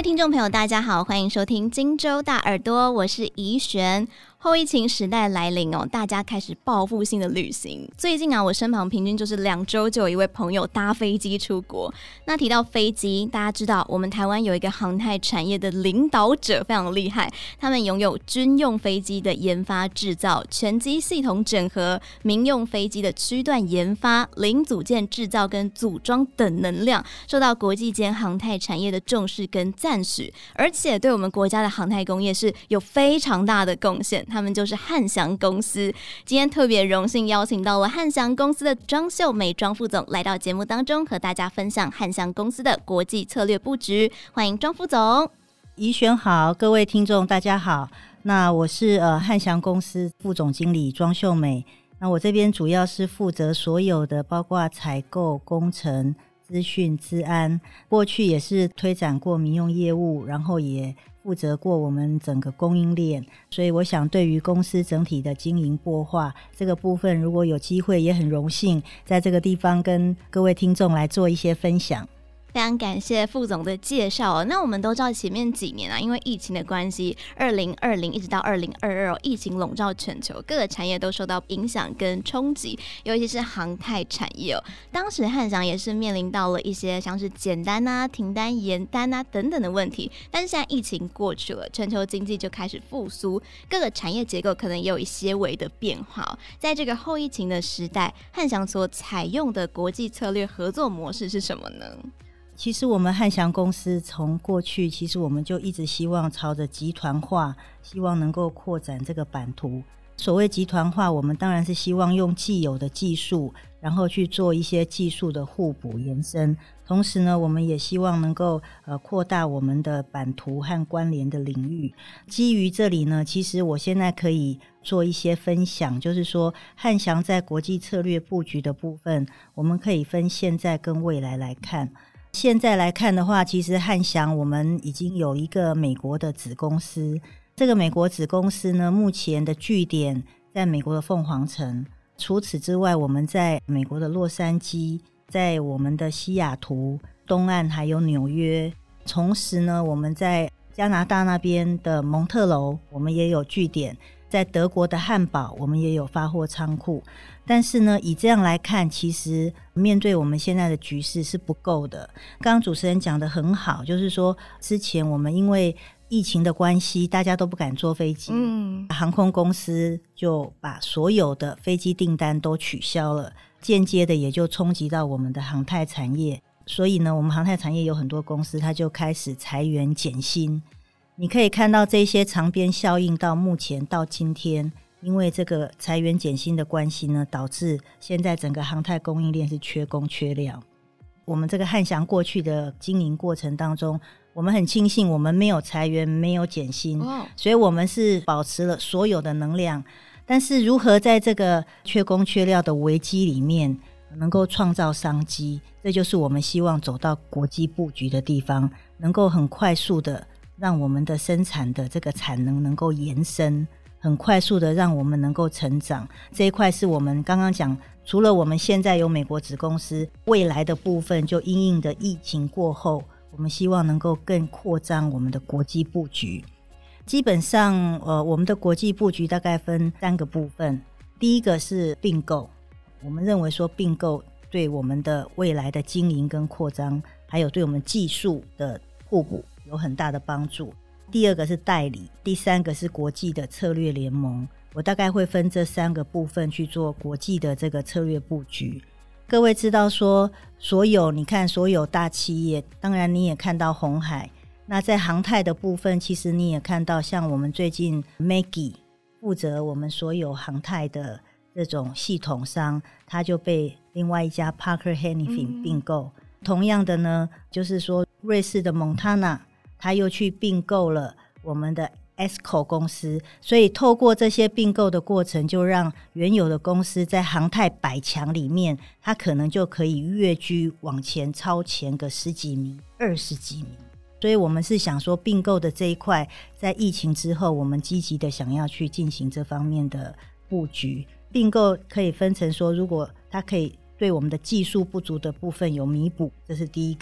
位听众朋友大家好，欢迎收听荆州大耳朵，我是怡璇。后疫情时代来临哦，大家开始报复性的旅行。最近啊，我身旁平均就是2周就有一位朋友搭飞机出国。那提到飞机，大家知道我们台湾有一个航太产业的领导者非常厉害，他们拥有军用飞机的研发制造、全机系统整合、民用飞机的区段研发、零组件制造跟组装等能量，受到国际间航太产业的重视跟赞许，而且对我们国家的航太工业是有非常大的贡献。他们就是汉翔公司。今天特别荣幸邀请到了汉翔公司的庄秀美庄副总来到节目当中，和大家分享汉翔公司的国际策略布局。欢迎庄副总。 怡璇好，各位听众大家好。那我是汉翔公司副总经理庄秀美。那我这边主要是负责所有的包括采购、工程、资讯、资安，过去也是推展过民用业务，然后也负责过我们整个供应链，所以我想对于公司整体的经营擘画这个部分，如果有机会也很荣幸在这个地方跟各位听众来做一些分享。 非常感谢副总的介绍哦。那我们都知道前面几年啊，因为疫情的关系，2020一直到2022疫情笼罩全球，各个产业都受到影响跟冲击，尤其是航太产业哦。当时汉翔也是面临到了一些像是减单啊、停单、延单啊等等的问题，但是现在疫情过去了，全球经济就开始复苏，各个产业结构可能也有一些微的变化哦。在这个后疫情的时代，汉翔所采用的国际策略合作模式是什么呢？ 其实我们汉翔公司从过去，其实我们就一直希望朝着集团化，希望能够扩展这个版图。所谓集团化，我们当然是希望用既有的技术，然后去做一些技术的互补延伸。同时呢，我们也希望能够扩大我们的版图和关联的领域。基于这里呢，其实我现在可以做一些分享，就是说汉翔在国际策略布局的部分，我们可以分现在跟未来来看。现在来看的话，其实汉翔我们已经有一个美国的子公司，这个美国子公司呢，目前的据点在美国的凤凰城。除此之外，我们在美国的洛杉矶，在我们的西雅图东岸还有纽约。同时呢，我们在加拿大那边的蒙特楼我们也有据点，在德国的汉堡我们也有发货仓库。但是呢，以这样来看，其实面对我们现在的局势是不够的。刚刚主持人讲得很好，就是说之前我们因为疫情的关系，大家都不敢坐飞机，航空公司就把所有的飞机订单都取消了，间接的也就冲击到我们的航太产业。所以呢，我们航太产业有很多公司它就开始裁员减薪。你可以看到这些长边效应到目前到今天，因为这个裁员减薪的关系呢，导致现在整个航太供应链是缺工缺料。我们这个汉翔过去的经营过程当中，我们很庆幸我们没有裁员，没有减薪，所以我们是保持了所有的能量。但是如何在这个缺工缺料的危机里面能够创造商机，这就是我们希望走到国际布局的地方，能够很快速的让我们的生产的这个产能能够延伸，很快速的让我们能够成长。这一块是我们刚刚讲，除了我们现在有美国子公司，未来的部分就因应的疫情过后，我们希望能够更扩张我们的国际布局。基本上我们的国际布局大概分3个部分。第一个是并购，我们认为说并购对我们的未来的经营跟扩张，还有对我们技术的互补有很大的帮助。第二个是代理，第三个是国际的策略联盟。我大概会分这3个部分去做国际的这个策略布局。各位知道说你看所有大企业，当然你也看到鸿海，那在航太的部分其实你也看到像我们最近 Maggie 负责我们所有航太的这种系统商，他就被另外一家 Parker Hannifin 并购。同样的呢，就是说瑞士的 Montana 他又去并购了我们的 ESCO 公司，所以透过这些并购的过程，就让原有的公司在航太100强里面，它可能就可以跃居往前超前个10几名、20几名。所以我们是想说并购的这一块，在疫情之后我们积极的想要去进行这方面的布局。并购可以分成说，如果它可以对我们的技术不足的部分有弥补，这是第一个。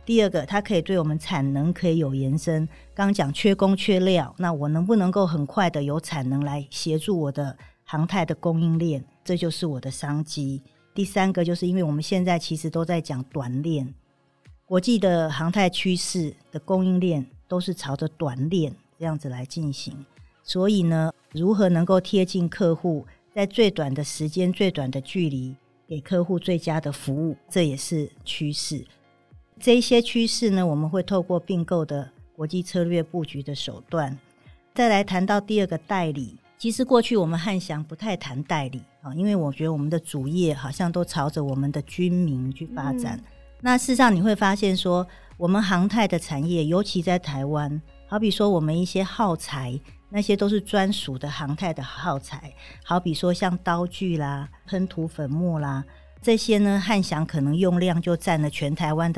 第二个它可以对我们产能可以有延伸，刚刚讲缺工缺料，那我能不能够很快的有产能来协助我的航太的供应链，这就是我的商机。第三个就是因为我们现在其实都在讲短链，国际的航太趋势的供应链都是朝着短链这样子来进行，所以呢如何能够贴近客户，在最短的时间最短的距离给客户最佳的服务，这也是趋势。这一些趋势呢，我们会透过并购的国际策略布局的手段。再来谈到第二个代理，其实过去我们汉翔不太谈代理，因为我觉得我们的主业好像都朝着我们的军民去发展。那事实上你会发现说，我们航太的产业尤其在台湾，好比说我们一些耗材，那些都是专属的航太的耗材，好比说像刀具啦、喷涂粉末啦，这些呢汉翔可能用量就占了全台湾的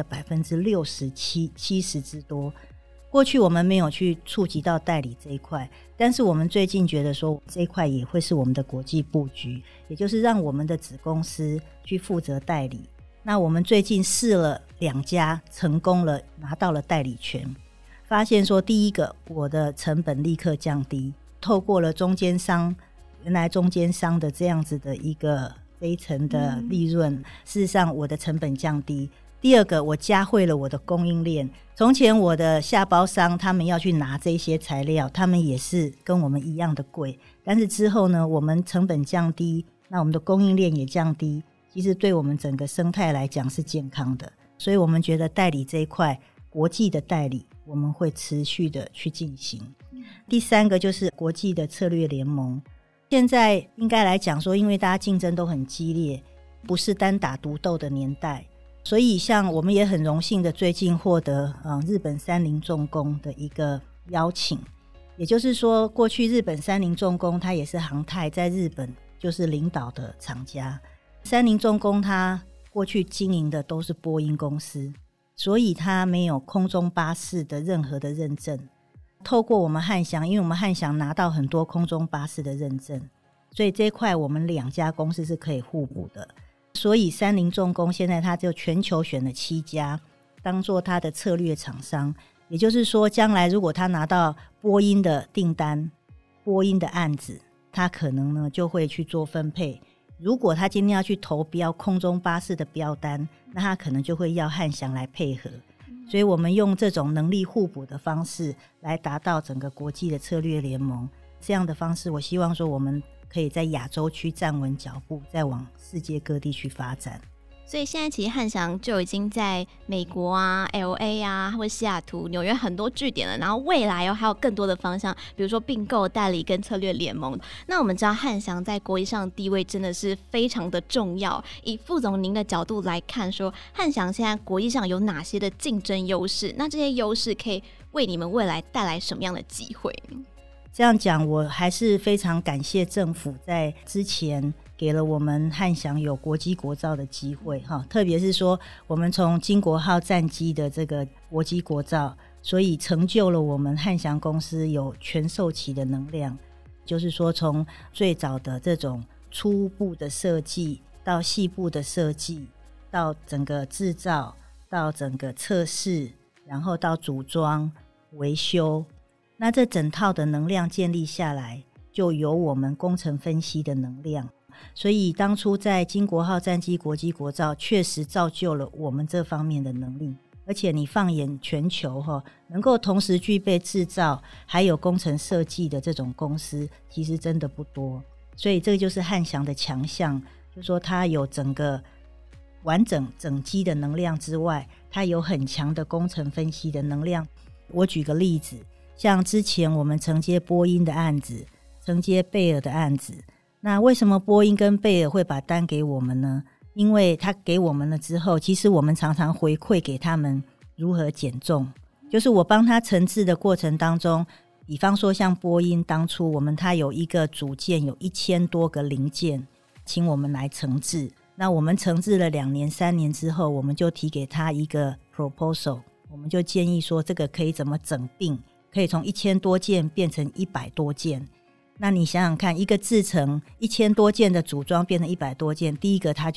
60%、70%之多。过去我们没有去触及到代理这一块，但是我们最近觉得说这一块也会是我们的国际布局，也就是让我们的子公司去负责代理。那我们最近试了2家成功了，拿到了代理权，发现说第一个我的成本立刻降低，透过了中间商，原来中间商的这样子的一个这一层的利润，事实上我的成本降低。第二个我加惠了我的供应链，从前我的下包商他们要去拿这些材料，他们也是跟我们一样的贵，但是之后呢我们成本降低，那我们的供应链也降低，其实对我们整个生态来讲是健康的。所以我们觉得代理这一块，国际的代理我们会持续的去进行。第三个就是国际的策略联盟，现在应该来讲说，因为大家竞争都很激烈，不是单打独斗的年代，所以像我们也很荣幸的最近获得日本三菱重工的一个邀请，也就是说过去日本三菱重工它也是航太在日本就是领导的厂家，三菱重工它过去经营的都是波音公司，所以它没有空中巴士的任何的认证。透过我们汉翔，因为我们汉翔拿到很多空中巴士的认证，所以这一块我们2家公司是可以互补的。所以三菱重工现在它就全球选了7家当做它的策略厂商，也就是说将来如果他拿到波音的订单、波音的案子，他可能呢就会去做分配。如果他今天要去投标空中巴士的标单，那他可能就会要汉翔来配合。所以我们用这种能力互补的方式来达到整个国际的策略联盟，这样的方式我希望说我们可以在亚洲区站稳脚步，再往世界各地去发展。 所以现在其实汉翔就已经在美国啊、LA 啊或者西雅图、纽约很多据点了，然后未来还有更多的方向，比如说并购、代理跟策略联盟。那我们知道汉翔在国际上的地位真的是非常的重要，以副总您的角度来看说，汉翔现在国际上有哪些的竞争优势？那这些优势可以为你们未来带来什么样的机会？ 这样讲，我还是非常感谢政府在之前给了我们汉翔有国际国造的机会，特别是说我们从经国号战机的这个国际国造，所以成就了我们汉翔公司有全受期的能量，就是说从最早的这种初步的设计到细部的设计，到整个制造，到整个测试，然后到组装维修，那这整套的能量建立下来，就有我们工程分析的能量。所以当初在经国号战机国际国造确实造就了我们这方面的能力，而且你放眼全球能够同时具备制造还有工程设计的这种公司其实真的不多。所以这个就是汉翔的强项，就是说它有整个完整整机的能量之外，它有很强的工程分析的能量。我举个例子，像之前我们承接波音的案子，承接贝尔的案子，那为什么波音跟贝尔会把单给我们呢？因为他给我们了之后，其实我们常常回馈给他们如何减重，就是我帮他层次的过程当中，比方说像波音当初我们他有一个组件有1000多个零件请我们来承制，那我们承制了2年3年之后，我们就提给他一个 proposal， 我们就建议说这个可以怎么整并，可以从1000多件变成100多件。那你想想看，一个制成1000多件的组装变成100多件，第一个它就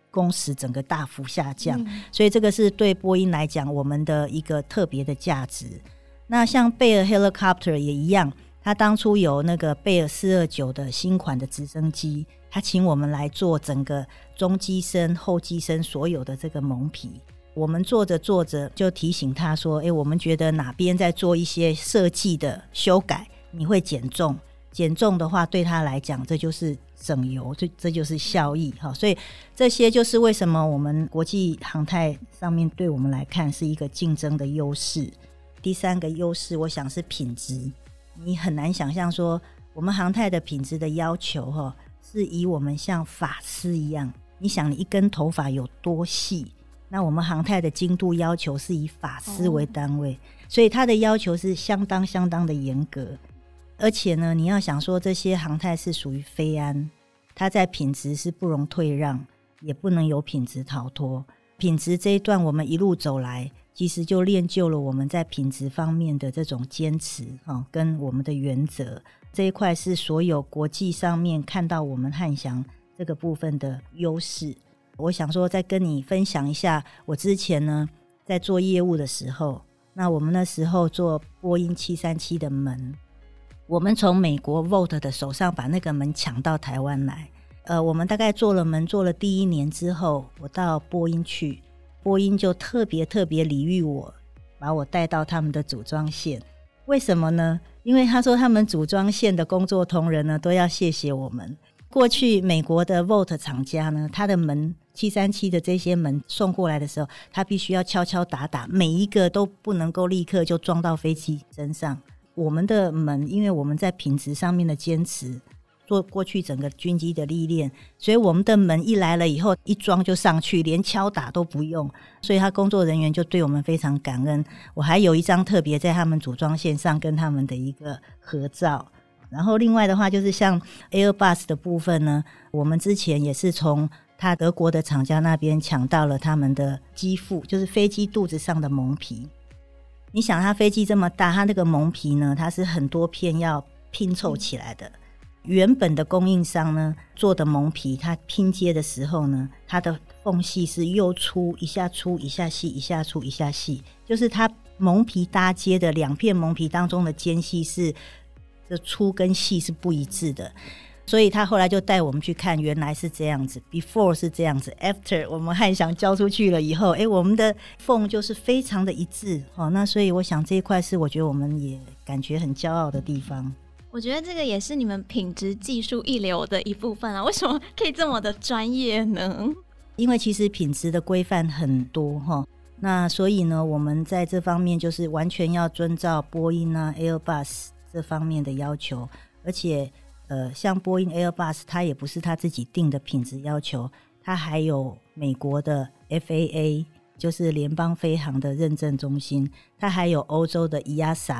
工时整个大幅下降，所以这个是对波音来讲我们的一个特别的价值。那像贝尔 Helicopter 也一样，他当初有那个贝尔429的新款的直升机，他请我们来做整个中机身后机身所有的这个蒙皮。我们做着做着就提醒他说我们觉得哪边在做一些设计的修改，你会减重，减重的话对他来讲这就是省油，这就是效益。所以这些就是为什么我们国际航太上面对我们来看是一个竞争的优势。第三个优势我想是品质，你很难想象说我们航太的品质的要求是以我们像发丝一样，你想你一根头发有多细，那我们航太的精度要求是以发丝为单位，所以它的要求是相当的严格。而且呢，你要想说这些航太是属于飞安，它在品质是不容退让，也不能有品质逃脱。品质这一段我们一路走来，其实就练就了我们在品质方面的这种坚持跟我们的原则，这一块是所有国际上面看到我们汉翔这个部分的优势。我想说再跟你分享一下，我之前呢在做业务的时候，那我们那时候做波音737的门，我们从美国 Volt 的手上把那个门抢到台湾来。我们大概做了门做了第1年之后，我到波音去，波音就特别礼遇我，把我带到他们的组装线。为什么呢？因为他说他们组装线的工作同仁呢都要谢谢我们。过去美国的 Volt 厂家呢，他的门737的这些门送过来的时候，他必须要敲敲打打，每一个都不能够立刻就装到飞机身上。我们的门因为我们在品质上面的坚持，做过去整个军机的历练，所以我们的门一来了以后一装就上去，连敲打都不用，所以他工作人员就对我们非常感恩。我还有一张特别在他们组装线上跟他们的一个合照。然后另外的话就是像 Airbus 的部分呢，我们之前也是从他德国的厂家那边抢到了他们的机腹，就是飞机肚子上的蒙皮。你想它飞机这么大，它那个蒙皮呢，它是很多片要拼凑起来的。原本的供应商呢做的蒙皮，它拼接的时候呢，它的缝隙是又粗一下粗一下细，一下粗一下细，就是它蒙皮搭接的2片蒙皮当中的间隙是的粗跟细是不一致的。所以他后来就带我们去看，原来是这样子， before 是这样子， after 我们汉翔交出去了以后，我们的缝就是非常的一致。那所以我想这一块是我觉得我们也感觉很骄傲的地方。 我觉得这个也是你们品质技术一流的一部分啊，为什么可以这么的专业呢？ 因为其实品质的规范很多那所以呢我们在这方面就是完全要遵照波音啊 Airbus 这方面的要求。而且像波音 Airbus 它也不是它自己定的品质要求，它还有美国的 FAA 就是联邦飞航的认证中心，它还有欧洲的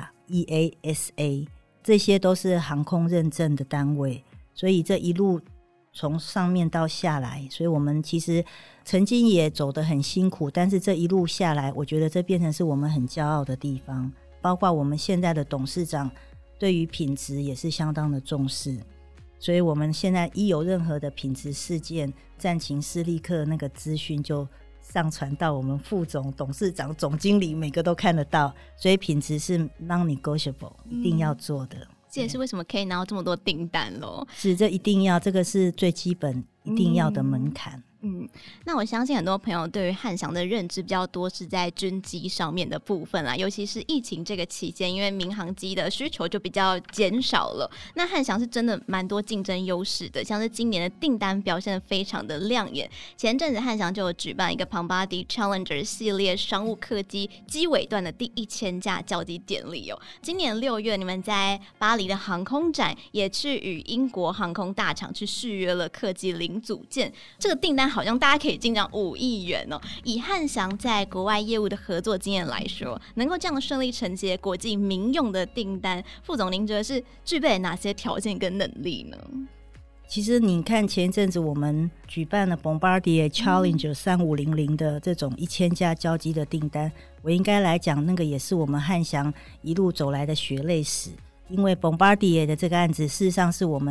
EASA， 这些都是航空认证的单位。所以这一路从上面到下来，所以我们其实曾经也走得很辛苦，但是这一路下来我觉得这变成是我们很骄傲的地方。包括我们现在的董事长对于品质也是相当的重视，所以我们现在一有任何的品质事件，战情室立刻那个资讯就上传到我们副总、董事长、总经理每个都看得到，所以品质是 non-negotiable， 一定要做的。 这也是为什么可以拿到这么多订单咯。 是，这一定要，这个是最基本一定要的门槛。 那我相信很多朋友对于汉翔的认知比较多是在军机上面的部分啦，尤其是疫情这个期间，因为民航机的需求就比较减少了。那汉翔是真的蛮多竞争优势的，像是今年的订单表现得非常的亮眼。前阵子汉翔就有举办一个庞巴迪 Challenger 系列商务客机机尾段的第1000架交机典礼哦。今年6月，你们在巴黎的航空展也去与英国航空大厂去续约了客机零组件，这个订单好像大家可以进账5亿元哦。以汉翔在国外业务的合作经验来说，能够这样顺利承接国际民用的订单，副总您觉得是具备哪些条件跟能力呢？ 其实你看前一阵子我们举办了 Bombardier Challenger 3500的这种1000架交机的订单，我应该来讲那个也是我们汉翔一路走来的血泪史。因为 Bombardier 的这个案子事实上是我们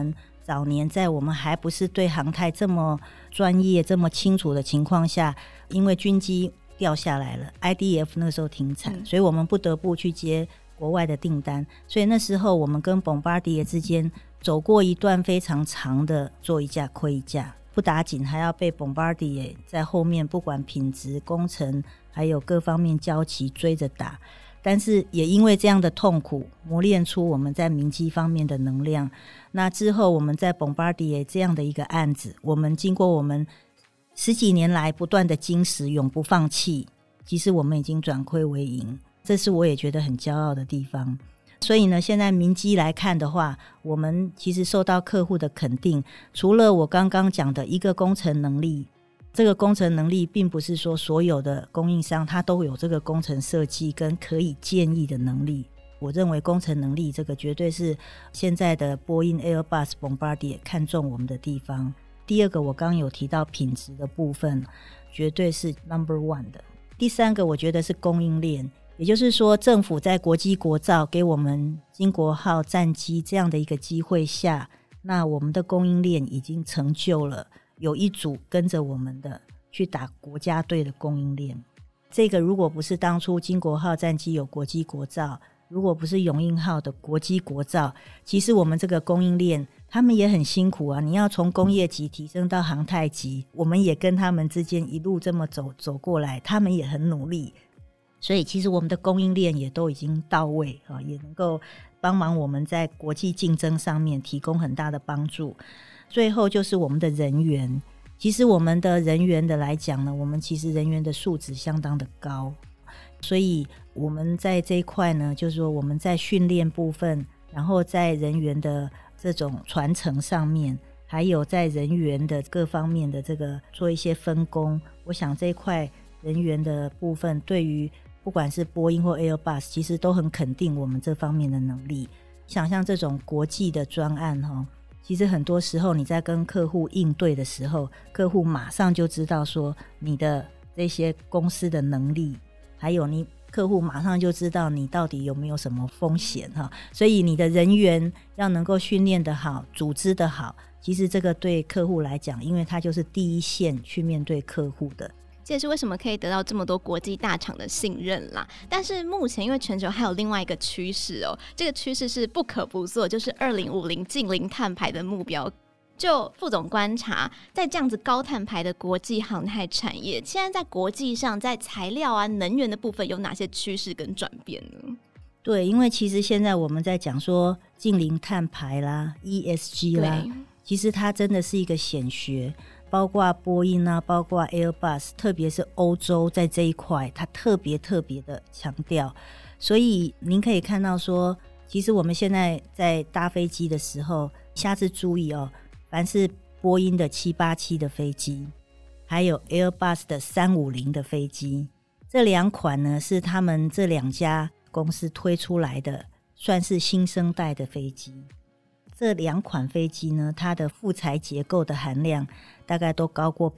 早年在我们还不是对航太这么专业这么清楚的情况下，因为军机掉下来了， IDF 那个时候停产，所以我们不得不去接国外的订单，所以那时候我们跟 Bombardier 之间走过一段非常长的做一架亏一架，不打紧还要被 Bombardier 在后面不管品质工程还有各方面交期追着打，但是也因为这样的痛苦磨练出我们在民机方面的能量。那之后我们在 Bombardier 这样的一个案子，我们经过我们10几年来不断的精实永不放弃，其实我们已经转亏为盈，这是我也觉得很骄傲的地方。所以呢，现在民机来看的话，我们其实受到客户的肯定，除了我刚刚讲的一个工程能力，这个工程能力并不是说所有的供应商他都有这个工程设计跟可以建议的能力，我认为工程能力这个绝对是现在的波音 Airbus Bombardier 看中我们的地方。第二个我刚刚有提到品质的部分绝对是 No.1 的。第三个我觉得是供应链，也就是说政府在国机国造给我们经国号战机这样的一个机会下，那我们的供应链已经成就了有一组跟着我们的去打国家队的供应链。这个如果不是当初经国号战机有国机国造，如果不是永鹰号的国机国造，其实我们这个供应链他们也很辛苦啊，你要从工业级提升到航太级，我们也跟他们之间一路这么走过来，他们也很努力，所以其实我们的供应链也都已经到位，也能够帮忙我们在国际竞争上面提供很大的帮助。最后就是我们的人员，其实我们的人员的来讲呢，我们其实人员的素质相当的高，所以我们在这一块呢，就是说我们在训练部分，然后在人员的这种传承上面，还有在人员的各方面的这个做一些分工，我想这一块人员的部分对于不管是波音或 Airbus 其实都很肯定我们这方面的能力。想象这种国际的专案其实很多时候你在跟客户应对的时候，客户马上就知道说你的这些公司的能力，还有你客户马上就知道你到底有没有什么风险所以你的人员要能够训练得好，组织得好，其实这个对客户来讲，因为他就是第一线去面对客户的， 这也是为什么可以得到这么多国际大厂的信任啦。但是目前因为全球还有另外一个趋势这个趋势是不可不做，就是2050净零碳排的目标。就副总观察，在这样子高碳排的国际航太产业，现在在国际上在材料啊能源的部分有哪些趋势跟转变呢？ 对，因为其实现在我们在讲说净零碳排啦 ESG 啦，其实它真的是一个显学，包括波音啊，包括 Airbus， 特别是欧洲在这一块它特别的强调。所以您可以看到说，其实我们现在在搭飞机的时候，下次注意凡是波音的787的飞机，还有 Airbus 的350的飞机，这两款呢是他们这两家公司推出来的，算是新生代的飞机。这两款飞机呢，它的副材结构的含量大概都高过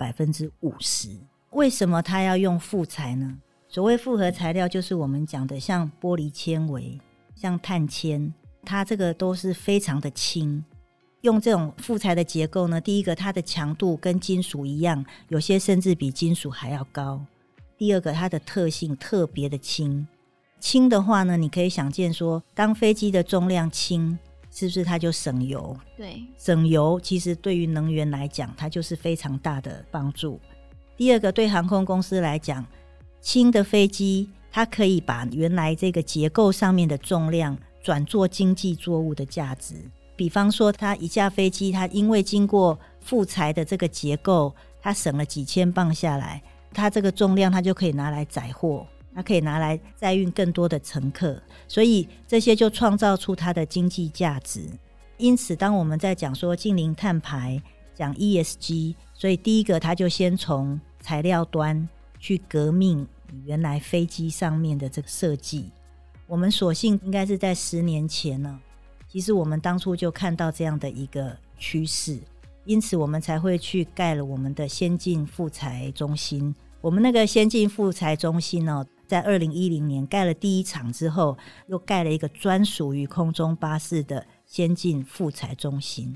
50%。 为什么它要用副材呢？所谓复合材料就是我们讲的像玻璃纤维，像碳纤，它这个都是非常的轻。用这种副材的结构呢，第一个它的强度跟金属一样，有些甚至比金属还要高。第二个它的特性特别的轻。轻的话呢，你可以想见说，当飞机的重量轻，是不是它就省油？ 对， 省油其实对于能源来讲，它就是非常大的帮助。第二个，对航空公司来讲，轻的飞机它可以把原来这个结构上面的重量转做经济作物的价值。比方说它一架飞机，它因为经过副材的这个结构，它省了几千磅下来，它这个重量它就可以拿来载货，它可以拿来载运更多的乘客，所以这些就创造出它的经济价值。因此当我们在讲说净零碳排，讲 ESG， 所以第一个它就先从材料端去革命原来飞机上面的这个设计。我们所幸应该是在10年前呢，其实我们当初就看到这样的一个趋势，因此我们才会去盖了我们的先进复材中心。我们那个先进复材中心在2010年盖了第一场之后，又盖了一个专属于空中巴士的先进复材中心。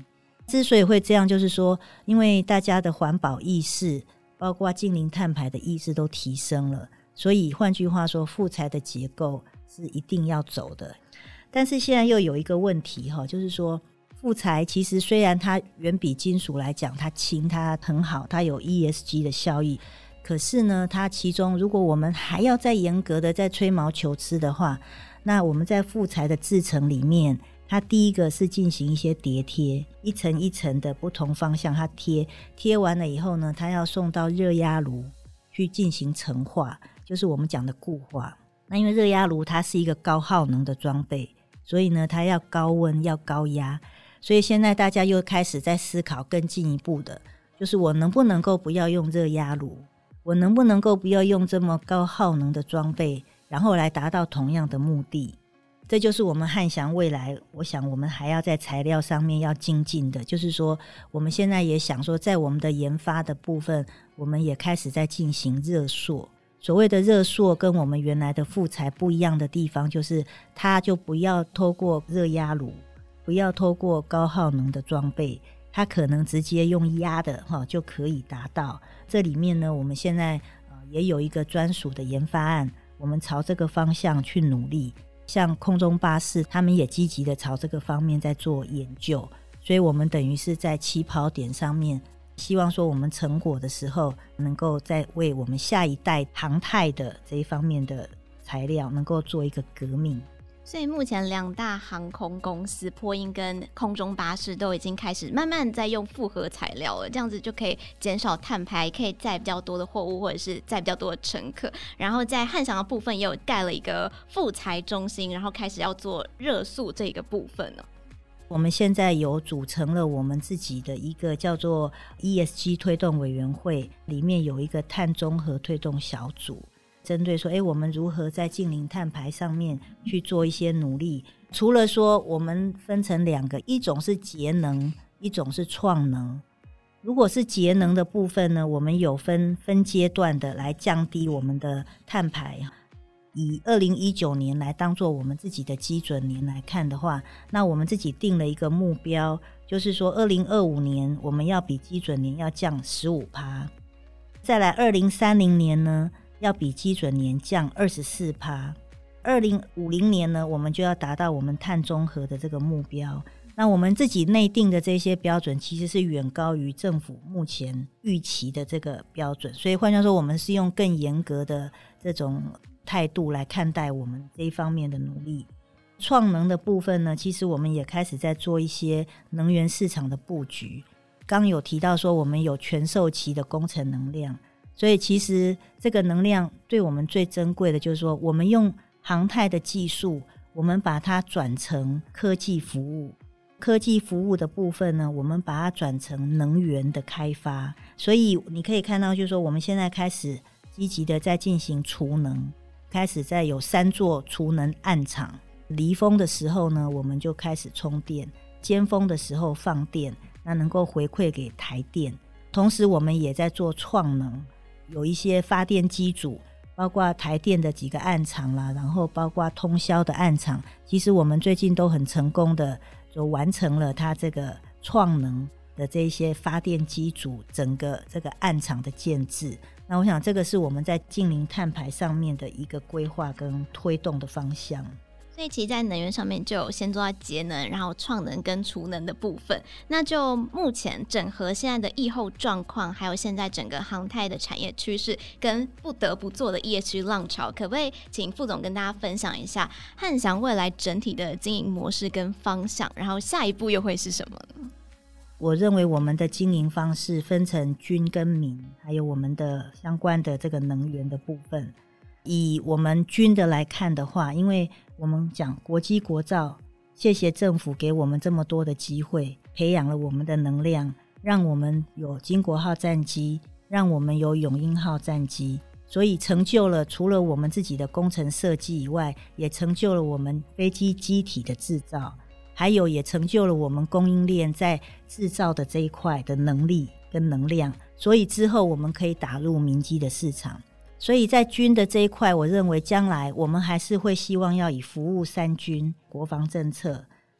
之所以会这样，就是说因为大家的环保意识包括净零碳排的意识都提升了，所以换句话说复材的结构是一定要走的。但是现在又有一个问题，就是说复材其实虽然它远比金属来讲它轻，它很好，它有 ESG 的效益，可是呢它其中如果我们还要再严格的再吹毛求疵的话，那我们在复材的制程里面，它第一个是进行一些叠贴，一层一层的不同方向它贴完了以后呢，它要送到热压炉去进行成化，就是我们讲的固化。那因为热压炉它是一个高耗能的装备，所以呢它要高温要高压，所以现在大家又开始在思考更进一步的，就是我能不能够不要用热压炉，我能不能够不要用这么高耗能的装备，然后来达到同样的目的。这就是我们汉翔未来我想我们还要在材料上面要精进的，就是说我们现在也想说在我们的研发的部分，我们也开始在进行热塑。所谓的热塑跟我们原来的复材不一样的地方，就是它就不要透过热压炉，不要透过高耗能的装备，它可能直接用压的就可以达到。这里面呢我们现在也有一个专属的研发案，我们朝这个方向去努力，像空中巴士他们也积极的朝这个方面在做研究，所以我们等于是在起跑点上面，希望说我们成果的时候能够在为我们下一代航太的这一方面的材料能够做一个革命。 所以目前2大航空公司波音跟空中巴士都已经开始慢慢在用复合材料了，这样子就可以减少碳排，可以载比较多的货物或者是载比较多的乘客。然后在汉翔的部分也有盖了一个复材中心，然后开始要做热塑这个部分了。 我们现在有组成了我们自己的一个叫做 ESG 推动委员会，里面有一个碳中和推动小组，针对说我们如何在净零碳排上面去做一些努力。除了说我们分成2个，一种是节能，一种是创能。如果是节能的部分呢，我们有分阶段的来降低我们的碳排。以2019年来当做我们自己的基准年来看的话，那我们自己定了一个目标，就是说2025年我们要比基准年要降 15%， 再来2030年呢要比基准年降 24%， 2050年呢我们就要达到我们碳中和的这个目标。那我们自己内定的这些标准其实是远高于政府目前预期的这个标准，所以换句话说我们是用更严格的这种态度来看待我们这一方面的努力。创能的部分呢，其实我们也开始在做一些能源市场的布局。刚有提到说我们有全受期的工程能量，所以其实这个能量对我们最珍贵的就是说我们用航太的技术，我们把它转成科技服务，科技服务的部分呢，我们把它转成能源的开发。所以你可以看到就是说我们现在开始积极的在进行储能，开始在有3座储能案场，离峰的时候呢我们就开始充电，尖峰的时候放电，那能够回馈给台电。同时我们也在做创能，有一些发电机组，包括台电的几个案场啦，然后包括通宵的案场，其实我们最近都很成功的就完成了它这个创能的这些发电机组整个这个案场的建制。那我想这个是我们在净零碳排上面的一个规划跟推动的方向。 所以其实在能源上面就有先做到节能，然后创能跟储能的部分。那就目前整合现在的疫后状况，还有现在整个航太的产业趋势跟不得不做的 ESG 浪潮，可不可以请副总跟大家分享一下汉翔未来整体的经营模式跟方向，然后下一步又会是什么呢？ 我认为我们的经营方式分成军跟民，还有我们的相关的这个能源的部分。以我们军的来看的话，因为我们讲国机国造，谢谢政府给我们这么多的机会，培养了我们的能量，让我们有经国号战机，让我们有永鹰号战机，所以成就了除了我们自己的工程设计以外，也成就了我们飞机机体的制造，还有也成就了我们供应链在制造的这一块的能力跟能量，所以之后我们可以打入民机的市场。所以在军的这一块，我认为将来我们还是会希望要以服务3军国防政策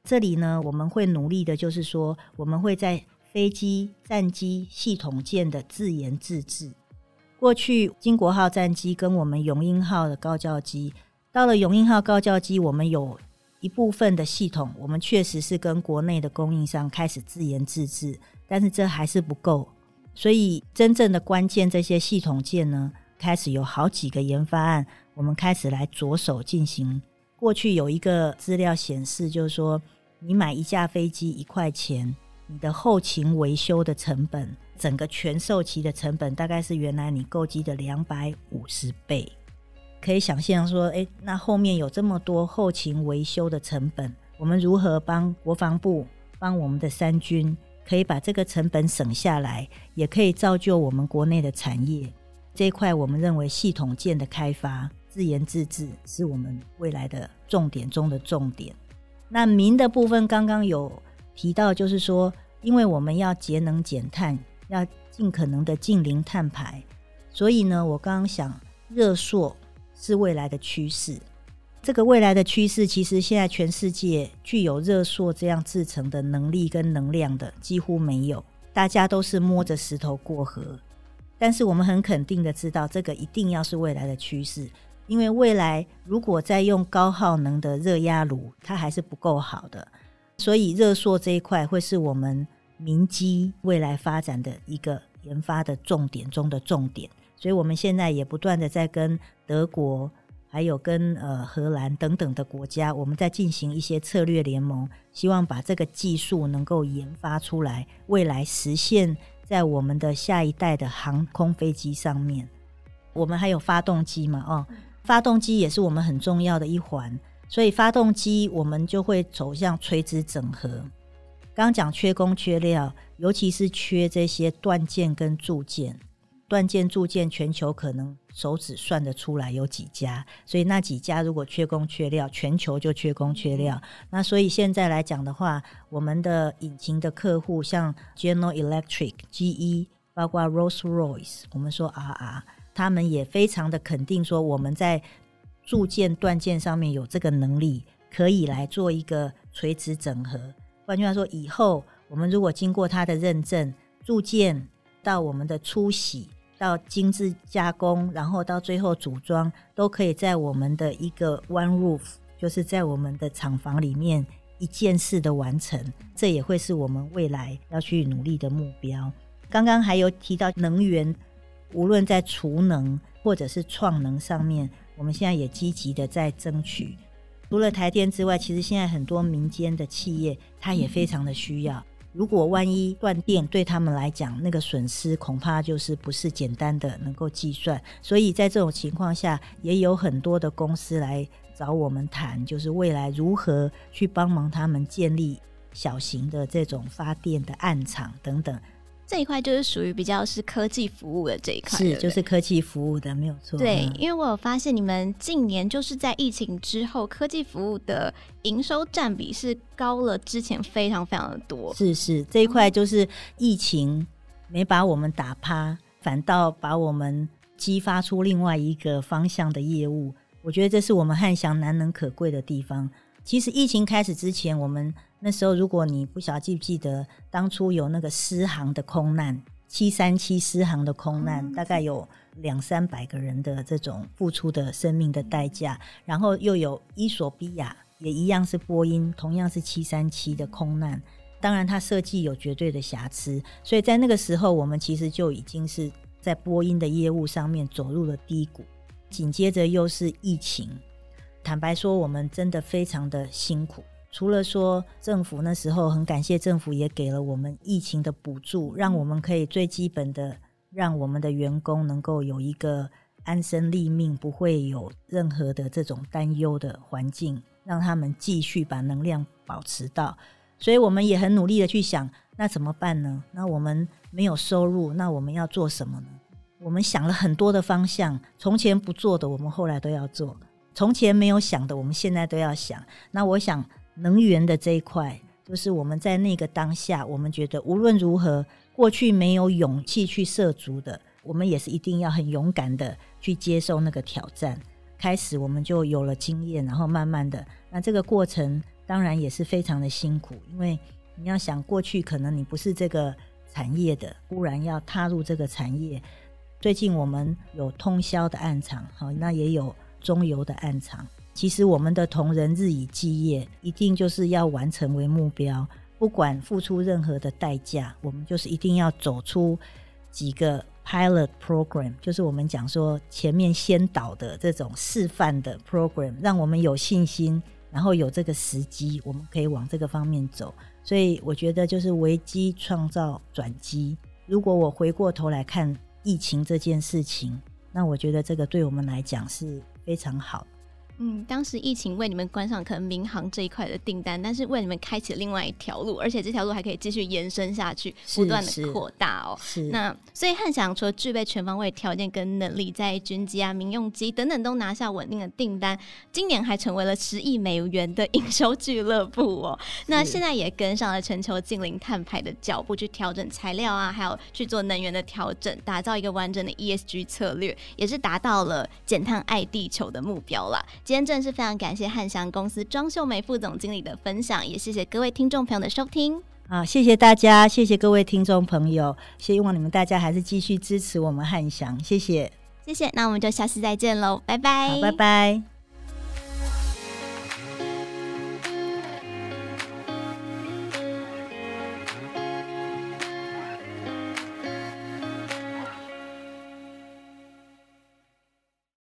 这里呢，我们会努力的就是说，我们会在飞机、战机、系统舰的自研自制。过去经国号战机跟我们永鹰号的高教机，到了永鹰号高教机，我们有一部分的系统我们确实是跟国内的供应商开始自研自制，但是这还是不够。所以真正的关键，这些系统舰呢，开始有好几个研发案，我们开始来着手进行。过去有一个资料显示，就是说你买一架飞机1块钱，你的后勤维修的成本，整个全售期的成本大概是原来你购机的250倍。可以想象说，那后面有这么多后勤维修的成本，我们如何帮国防部、帮我们的三军可以把这个成本省下来，也可以造就我们国内的产业。这一块我们认为系统舰的开发自研自制是我们未来的重点中的重点。那民的部分刚刚有提到，就是说因为我们要节能减碳，要尽可能的净零碳排，所以呢我刚刚想热塑是未来的趋势。这个未来的趋势，其实现在全世界具有热塑这样制成的能力跟能量的几乎没有，大家都是摸着石头过河。但是我们很肯定的知道，这个一定要是未来的趋势，因为未来如果再用高耗能的热压炉，它还是不够好的，所以热塑这一块会是我们民机未来发展的一个研发的重点中的重点。所以我们现在也不断的在跟德国还有跟荷兰等等的国家，我们在进行一些策略联盟，希望把这个技术能够研发出来，未来实现在我们的下一代的航空飞机上面。我们还有发动机嘛，发动机也是我们很重要的一环，所以发动机我们就会走向垂直整合。刚刚讲缺工缺料，尤其是缺这些断件跟铸件。断件铸件全球可能手指算得出来有几家，所以那几家如果缺工缺料，全球就缺工缺料。那所以现在来讲的话，我们的引擎的客户像 General Electric、 GE 包括 Rolls-Royce， 我们说 RR， 他们也非常的肯定说我们在铸件断件上面有这个能力，可以来做一个垂直整合。换句话说，以后我们如果经过它的认证，铸件到我们的出洗到精致加工，然后到最后组装，都可以在我们的一个 one roof， 就是在我们的厂房里面一件事的完成。这也会是我们未来要去努力的目标。刚刚还有提到能源，无论在储能或者是创能上面，我们现在也积极的在争取。除了台电之外，其实现在很多民间的企业它也非常的需要。如果万一断电，对他们来讲那个损失恐怕就是不是简单的能够计算，所以在这种情况下也有很多的公司来找我们谈，就是未来如何去帮忙他们建立小型的这种发电的案场等等。 这一块就是属于比较是科技服务的这一块， 是就是科技服务的，没有错。 对，因为我有发现你们近年就是在疫情之后，科技服务的营收占比是高了之前非常非常的多。 是这一块就是疫情没把我们打趴，反倒把我们激发出另外一个方向的业务。我觉得这是我们汉翔难能可贵的地方。其实疫情开始之前，我们那时候如果你不晓得记不记得，当初有那个狮航的空难，737狮航的空难，大概有200-300个人的这种付出的生命的代价，然后又有伊索比亚也一样是波音，同样是737的空难，当然它设计有绝对的瑕疵，所以在那个时候我们其实就已经是在波音的业务上面走入了低谷，紧接着又是疫情。坦白说我们真的非常的辛苦，除了说政府那时候很感谢政府也给了我们疫情的补助，让我们可以最基本的让我们的员工能够有一个安身立命，不会有任何的这种担忧的环境，让他们继续把能量保持到。所以我们也很努力的去想，那怎么办呢？那我们没有收入，那我们要做什么呢？我们想了很多的方向，从前不做的我们后来都要做，从前没有想的我们现在都要想。那我想能源的这一块，就是我们在那个当下，我们觉得无论如何过去没有勇气去涉足的，我们也是一定要很勇敢的去接受那个挑战。开始我们就有了经验，然后慢慢的，那这个过程当然也是非常的辛苦，因为你要想过去可能你不是这个产业的，忽然要踏入这个产业。最近我们有通宵的暗场，那也有中游的暗场。其实我们的同仁日以继夜，一定就是要完成为目标，不管付出任何的代价，我们就是一定要走出几个 pilot program， 就是我们讲说前面先导的这种示范的 program， 让我们有信心，然后有这个时机，我们可以往这个方面走。所以我觉得就是危机创造转机。如果我回过头来看疫情这件事情，那我觉得这个对我们来讲是非常好的。 当时疫情为你们关上可能民航这一块的订单，但是为你们开启了另外一条路，而且这条路还可以继续延伸下去，不断的扩大哦。那所以汉翔除了具备全方位条件跟能力，在军机啊、民用机等等都拿下稳定的订单，今年还成为了10亿美元的营收俱乐部哦。那现在也跟上了全球净零碳排的脚步，去调整材料啊，还有去做能源的调整，打造一个完整的 ESG 策略，也是达到了减碳爱地球的目标啦。今天真的是非常感谢汉翔公司庄秀梅副总经理的分享，也谢谢各位听众朋友的收听。 好，谢谢大家，谢谢各位听众朋友，希望你们大家还是继续支持我们汉翔，谢谢， 谢谢。那我们就下次再见喽，拜拜， 好，拜拜。